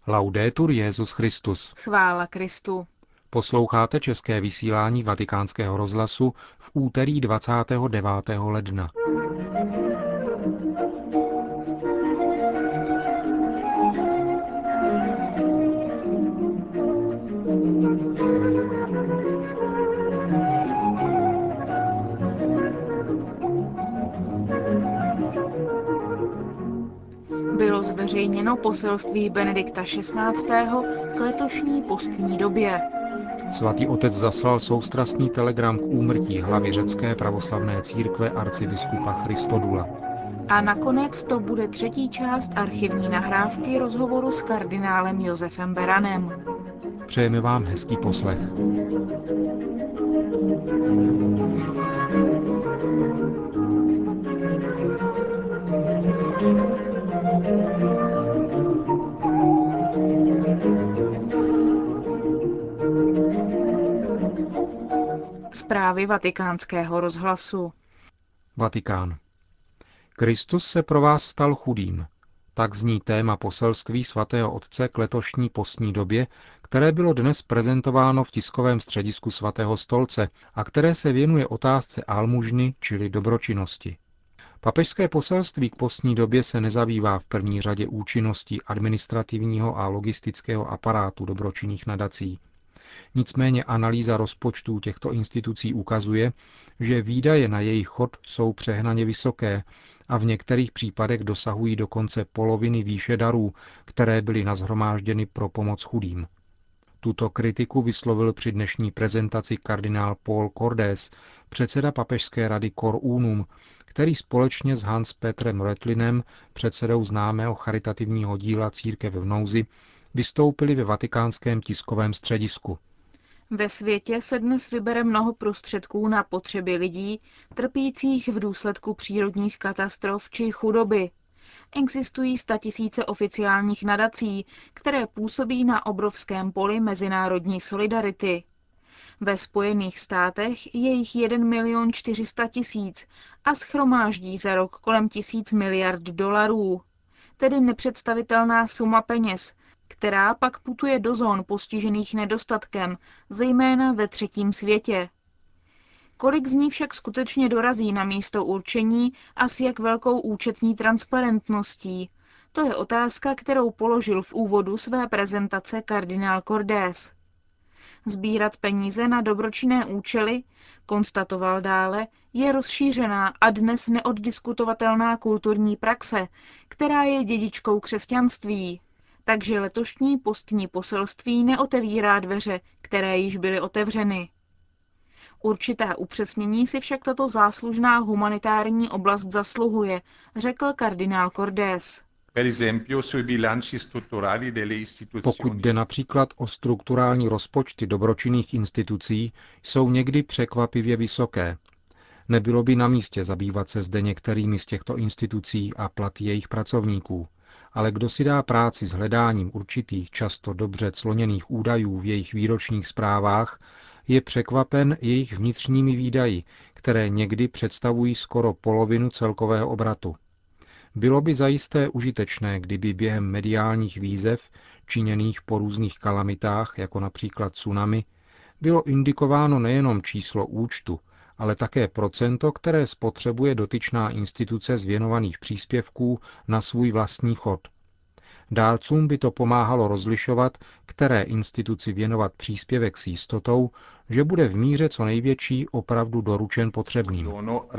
Laudetur Jesus Christus. Chvála Kristu. Posloucháte české vysílání Vatikánského rozhlasu v úterý 29. ledna. Bylo zveřejněno poselství Benedikta XVI. K letošní postní době. Svatý otec zaslal soustrastný telegram k úmrtí hlavy řecké pravoslavné církve arcibiskupa Christodula. A nakonec to bude třetí část archivní nahrávky rozhovoru s kardinálem Josefem Beranem. Přejeme vám hezký poslech. Zprávy Vatikánského rozhlasu. Vatikán. Kristus se pro vás stal chudým. Tak zní téma poselství svatého otce k letošní postní době, které bylo dnes prezentováno v tiskovém středisku svatého stolce a které se věnuje otázce almužny, čili dobročinnosti. Papežské poselství k postní době se nezabývá v první řadě účinností administrativního a logistického aparátu dobročinných nadací. Nicméně analýza rozpočtů těchto institucí ukazuje, že výdaje na jejich chod jsou přehnaně vysoké a v některých případech dosahují dokonce poloviny výše darů, které byly nashromážděny pro pomoc chudým. Tuto kritiku vyslovil při dnešní prezentaci kardinál Paul Cordés, předseda papežské rady Cor Unum, který společně s Hans Petrem Reutlinem, předsedou známého charitativního díla Církev v nouzi, vystoupili ve vatikánském tiskovém středisku. Ve světě se dnes vybere mnoho prostředků na potřeby lidí, trpících v důsledku přírodních katastrof či chudoby. Existují statisíce oficiálních nadací, které působí na obrovském poli mezinárodní solidarity. Ve Spojených státech je jich 1 400 000 a shromáždí za rok kolem 1000 miliard dolarů. Tedy nepředstavitelná suma peněz, která pak putuje do zón postižených nedostatkem, zejména ve třetím světě. Kolik z ní však skutečně dorazí na místo určení a s jak velkou účetní transparentností? To je otázka, kterou položil v úvodu své prezentace kardinál Cordés. Sbírat peníze na dobročinné účely, konstatoval dále, je rozšířená a dnes neoddiskutovatelná kulturní praxe, která je dědičkou křesťanství. Takže letošní postní poselství neotevírá dveře, které již byly otevřeny. Určitá upřesnění si však tato záslužná humanitární oblast zasluhuje, řekl kardinál Cordés. Pokud jde například o strukturální rozpočty dobročinných institucí, jsou někdy překvapivě vysoké. Nebylo by na místě zabývat se zde některými z těchto institucí a platy jejich pracovníků, ale kdo si dá práci s hledáním určitých často dobře cloněných údajů v jejich výročních zprávách, je překvapen jejich vnitřními výdaji, které někdy představují skoro polovinu celkového obratu. Bylo by zajisté užitečné, kdyby během mediálních výzev, činěných po různých kalamitách, jako například tsunami, bylo indikováno nejenom číslo účtu, ale také procento, které spotřebuje dotyčná instituce z věnovaných příspěvků na svůj vlastní chod. Dárcům by to pomáhalo rozlišovat, které instituci věnovat příspěvek s jistotou, že bude v míře co největší opravdu doručen potřebným.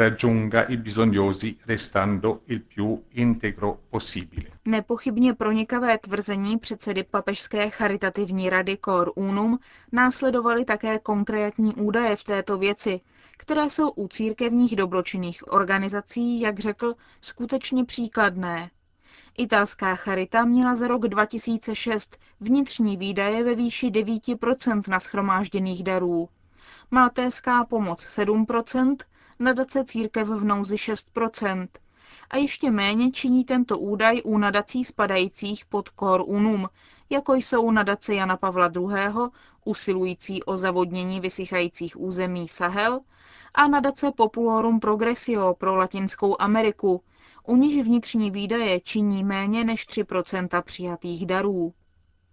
Nepochybně pronikavé tvrzení předsedy papežské charitativní rady Cor Unum následovaly také konkrétní údaje v této věci, které jsou u církevních dobročinných organizací, jak řekl, skutečně příkladné. Italská charita měla za rok 2006 vnitřní výdaje ve výši 9% na shromážděných darů. Maltéská pomoc 7%, nadace Církev v nouzi 6%. A ještě méně činí tento údaj u nadací spadajících pod Cor Unum, jako jsou nadace Jana Pavla II., usilující o zavodnění vysychajících území Sahel, a nadace Populorum Progressio pro Latinskou Ameriku, u níž vnitřní výdaje činí méně než 3% přijatých darů.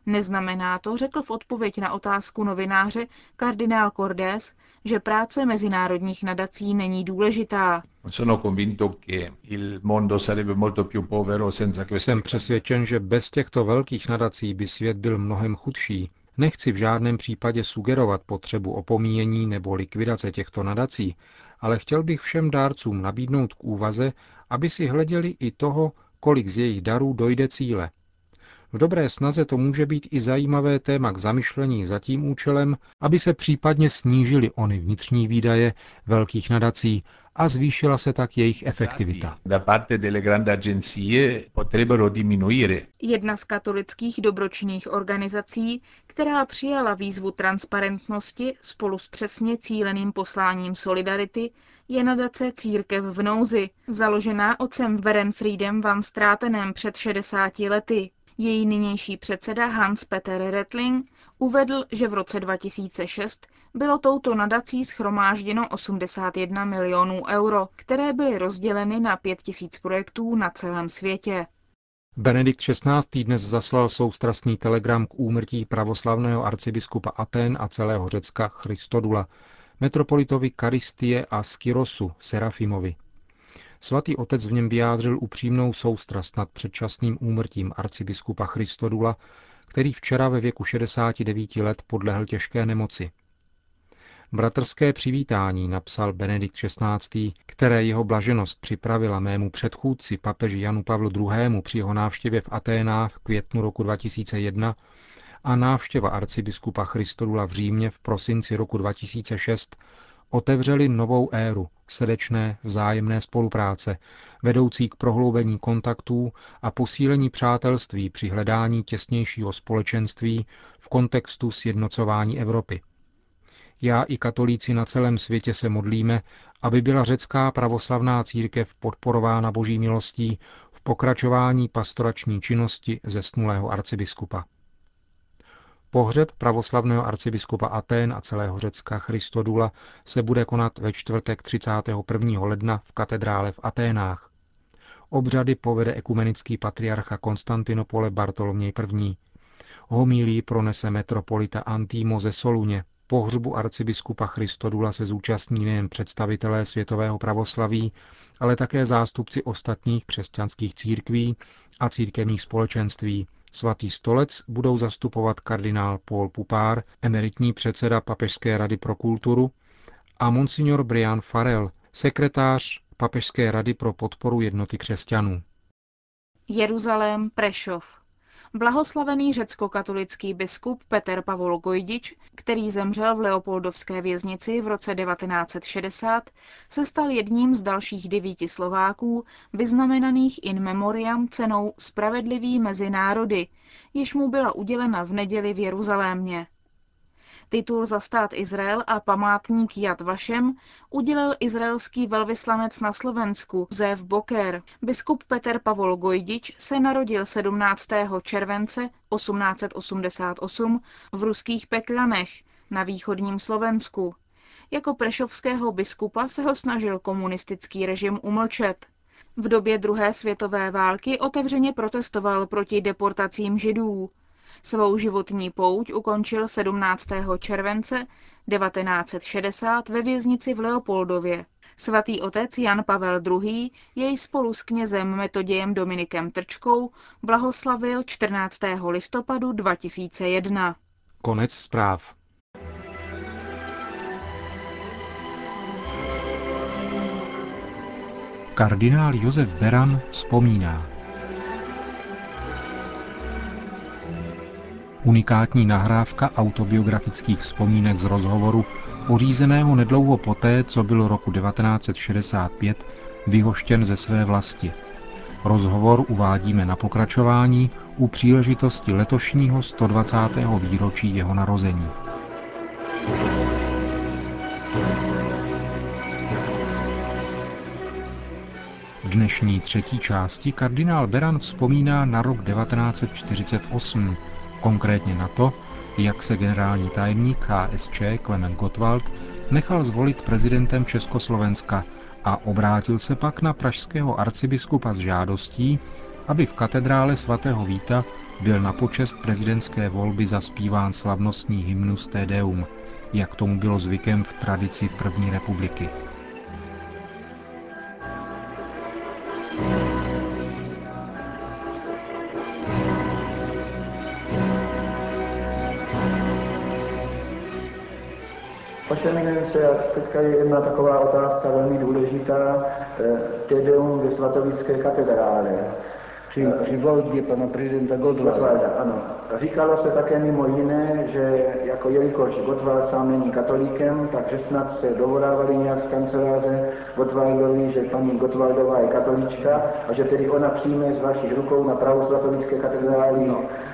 Neznamená to, řekl v odpověď na otázku novináře kardinál Cordés, že práce mezinárodních nadací není důležitá. Jsem přesvědčen, že bez těchto velkých nadací by svět byl mnohem chudší. Nechci v žádném případě sugerovat potřebu opomíjení nebo likvidace těchto nadací, ale chtěl bych všem dárcům nabídnout k úvaze, aby si hleděli i toho, kolik z jejich darů dojde cíle. V dobré snaze to může být i zajímavé téma k zamyšlení za tím účelem, aby se případně snížily ony vnitřní výdaje velkých nadací a zvýšila se tak jejich efektivita. Jedna z katolických dobročinných organizací, která přijala výzvu transparentnosti spolu s přesně cíleným posláním solidarity, je nadace Církev v nouzi, založená otcem Werenfriedem van Stratenem před 60 lety. Její nynější předseda Hans-Peter Rettling uvedl, že v roce 2006 bylo touto nadací shromážděno 81 milionů euro, které byly rozděleny na 5000 projektů na celém světě. Benedikt XVI. Dnes zaslal soustrastný telegram k úmrtí pravoslavného arcibiskupa Athén a celého Řecka Christodula, metropolitovi Karistie a Skyrosu Serafimovi. Svatý otec v něm vyjádřil upřímnou soustrast nad předčasným úmrtím arcibiskupa Christodula, který včera ve věku 69 let podlehl těžké nemoci. Bratrské přivítání napsal Benedikt XVI., které jeho blaženost připravila mému předchůdci papeži Janu Pavlu II. Při jeho návštěvě v Aténách v květnu roku 2001 a návštěva arcibiskupa Christodula v Římě v prosinci roku 2006 otevřeli novou éru srdečné vzájemné spolupráce, vedoucí k prohloubení kontaktů a posílení přátelství při hledání těsnějšího společenství v kontextu sjednocování Evropy. Já i katolíci na celém světě se modlíme, aby byla řecká pravoslavná církev podporována Boží milostí v pokračování pastorační činnosti zesnulého arcibiskupa. Pohřeb pravoslavného arcibiskupa Athén a celého Řecka Christodula se bude konat ve čtvrtek 31. ledna v katedrále v Aténách. Obřady povede ekumenický patriarcha Konstantinopole Bartoloměj I. Homílii pronese metropolita Antimo ze Soluně. Pohřbu arcibiskupa Christodula se zúčastní nejen představitelé světového pravoslaví, ale také zástupci ostatních křesťanských církví a církevních společenství. Svatý stolec budou zastupovat kardinál Paul Pupár, emeritní předseda Papežské rady pro kulturu, a monsignor Brian Farrell, sekretář Papežské rady pro podporu jednoty křesťanů. Jeruzalém, Prešov. Blahoslavený řecko-katolický biskup Peter Pavol Gojdič, který zemřel v Leopoldovské věznici v roce 1960, se stal jedním z dalších 9 Slováků vyznamenaných in memoriam cenou Spravedlivý mezi národy, jež mu byla udělena v neděli v Jeruzalémě. Titul za stát Izrael a památník Jad Vašem udělil izraelský velvyslanec na Slovensku Zev Boker. Biskup Peter Pavol Gojdič se narodil 17. července 1888 v ruských Peklanech na východním Slovensku. Jako prešovského biskupa se ho snažil komunistický režim umlčet. V době druhé světové války otevřeně protestoval proti deportacím Židů. Svou životní pouť ukončil 17. července 1960 ve věznici v Leopoldově. Svatý otec Jan Pavel II. Jej spolu s knězem Metodějem Dominikem Trčkou blahoslavil 14. listopadu 2001. Konec zpráv. Kardinál Josef Beran vzpomíná. Unikátní nahrávka autobiografických vzpomínek z rozhovoru, pořízeného nedlouho poté, co byl roku 1965 vyhoštěn ze své vlasti. Rozhovor uvádíme na pokračování u příležitosti letošního 120. výročí jeho narození. V dnešní třetí části kardinál Beran vzpomíná na rok 1948, konkrétně na to, jak se generální tajemník KSČ Klement Gottwald nechal zvolit prezidentem Československa a obrátil se pak na pražského arcibiskupa s žádostí, aby v katedrále svatého Víta byl na počest prezidentské volby zaspíván slavnostní hymnus Te Deum, jak tomu bylo zvykem v tradici první republiky. Vaše eminence, teďka je jedna taková otázka velmi důležitá. Te Deum ve svatovické katedrále. Při volbě pana prezidenta Gottwalda. Ano. Říkalo se také mimo jiné, že jako jelikož Gottwald sám není katolíkem, takže snad se dovolávali nějak z kanceláře Gottwaldovi, že paní Gottwaldová je katolíčka a že tedy ona přijme z vašich rukou na prahu svatovické katedrály.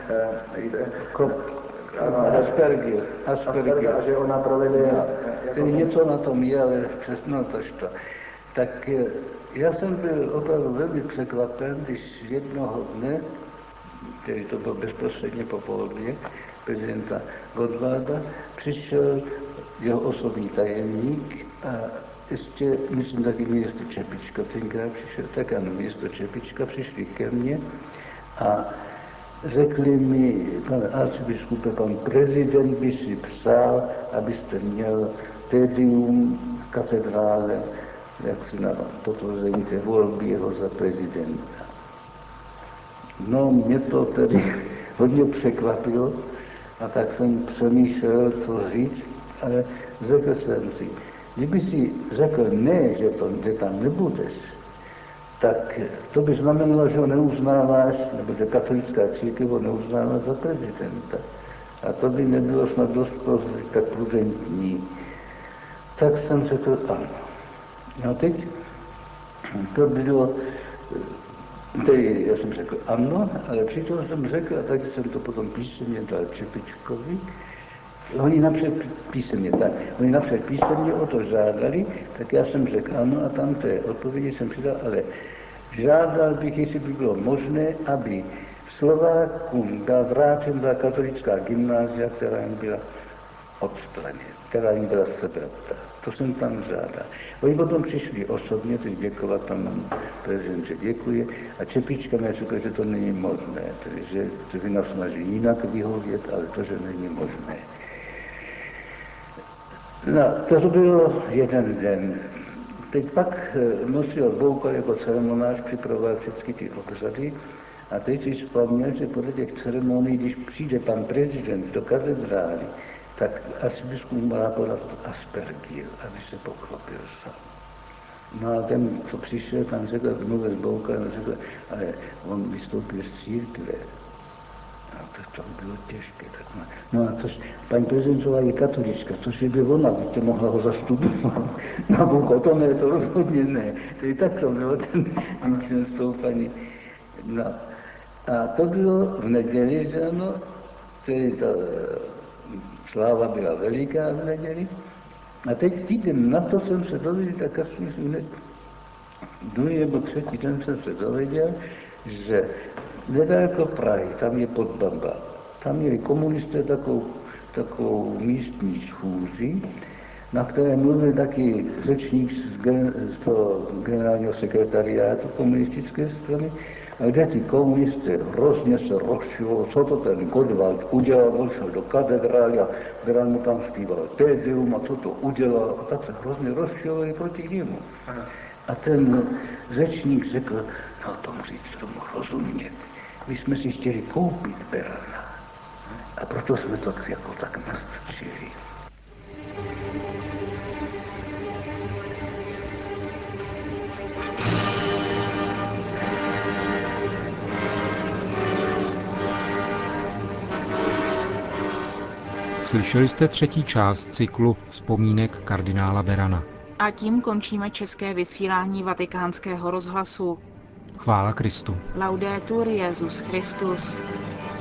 Asperger. A že ona provede... Tedy něco na tom je, ale přesně to. Tak já jsem byl opravdu velmi překvapen, když jednoho dne, který to byl bezprostředně po volbě prezidenta Gottwalda, přišel jeho osobní tajemník a ještě, myslím, taky ministr Čepička tenkrát přišel, tak ano, ministr Čepička přišli ke mně a řekli mi, pane arcibiskupe, pan prezident by si přál, abyste měl Te Deum v katedrále, jak si na potvrzení té volby jeho za prezidenta. No, mě to tedy hodně překvapilo a tak jsem přemýšlel, co říct, ale řekl jsem si, kdyby si řekl ne, že tam nebudeš, tak to by znamenalo, že ho neuznáváš, nebo že katolická církev ho neuznává za prezidenta. A to by nebylo snad dost tak prudentní. Tak jsem řekl ano. No teď to bylo, tedy já jsem řekl ano, ale přitom jsem řekl, a tak jsem to potom písemně dal Čepičkovi, oni napřed písemně o to žádali, tak já jsem řekl ano a tam té odpovědi jsem přidal, ale žádal bych, jestli by bylo možné, aby Slovákům byla vrácena katolická gymnázia, která jim byla odstraněna, která jim byla sebrata. To jsem tam žádal. Oni potom přišli osobně, teď děkovat panu prezidentu, že děkuje, a Čepička mi řekl, že to není možné, tedy, že se vynasnaží jinak vyhovět, ale to, že není možné. No, to bylo jeden den. Teď pak nosil Boukal jako ceremonář, připravoval všechny ty obřady a teď si vzpomněl, že podle těch ceremonií, když přijde pan prezident do katedrály, tak asi biskup má podat aspergil, aby se poklopil sám. No a ten, co přišel, tam řekl, mluvil s Boukalem, řekl, ale on vystoupil z církve. No, tak to bylo těžké. Tak no a což, paní prezidentová je katolička, což by ona, byste mohla ho zastupovat. No Boukal, to ne, to rozhodně ne. Tedy tak to bylo ten s tou paní. No a to bylo v neděli, že ano, tedy ta sláva byla veliká v neděli. A teď týden na to jsem se dověděl, tak asi hned druhý nebo třetí den jsem se dověděl, že nedaleko Prahy, tam je Podbamba, tam měli komunisté takovou místní schůzi, na které mluvil taky řečník z toho generálního sekretariátu komunistické strany, a kde ty komunisté hrozně se rozčilo, co to ten Gottwald udělal, on šel do katedrály a Beran mu tam zpíval Te Deum a co to udělal, a tak se hrozně rozčilovali proti němu. A ten řečník řekl, no tomu říct, tomu rozumět, my jsme si chtěli koupit Berana a proto jsme to jako tak nastrčili. Slyšeli jste třetí část cyklu Vzpomínek kardinála Berana. A tím končíme české vysílání Vatikánského rozhlasu. Chvála Kristu. Laudetur Jesus Christus.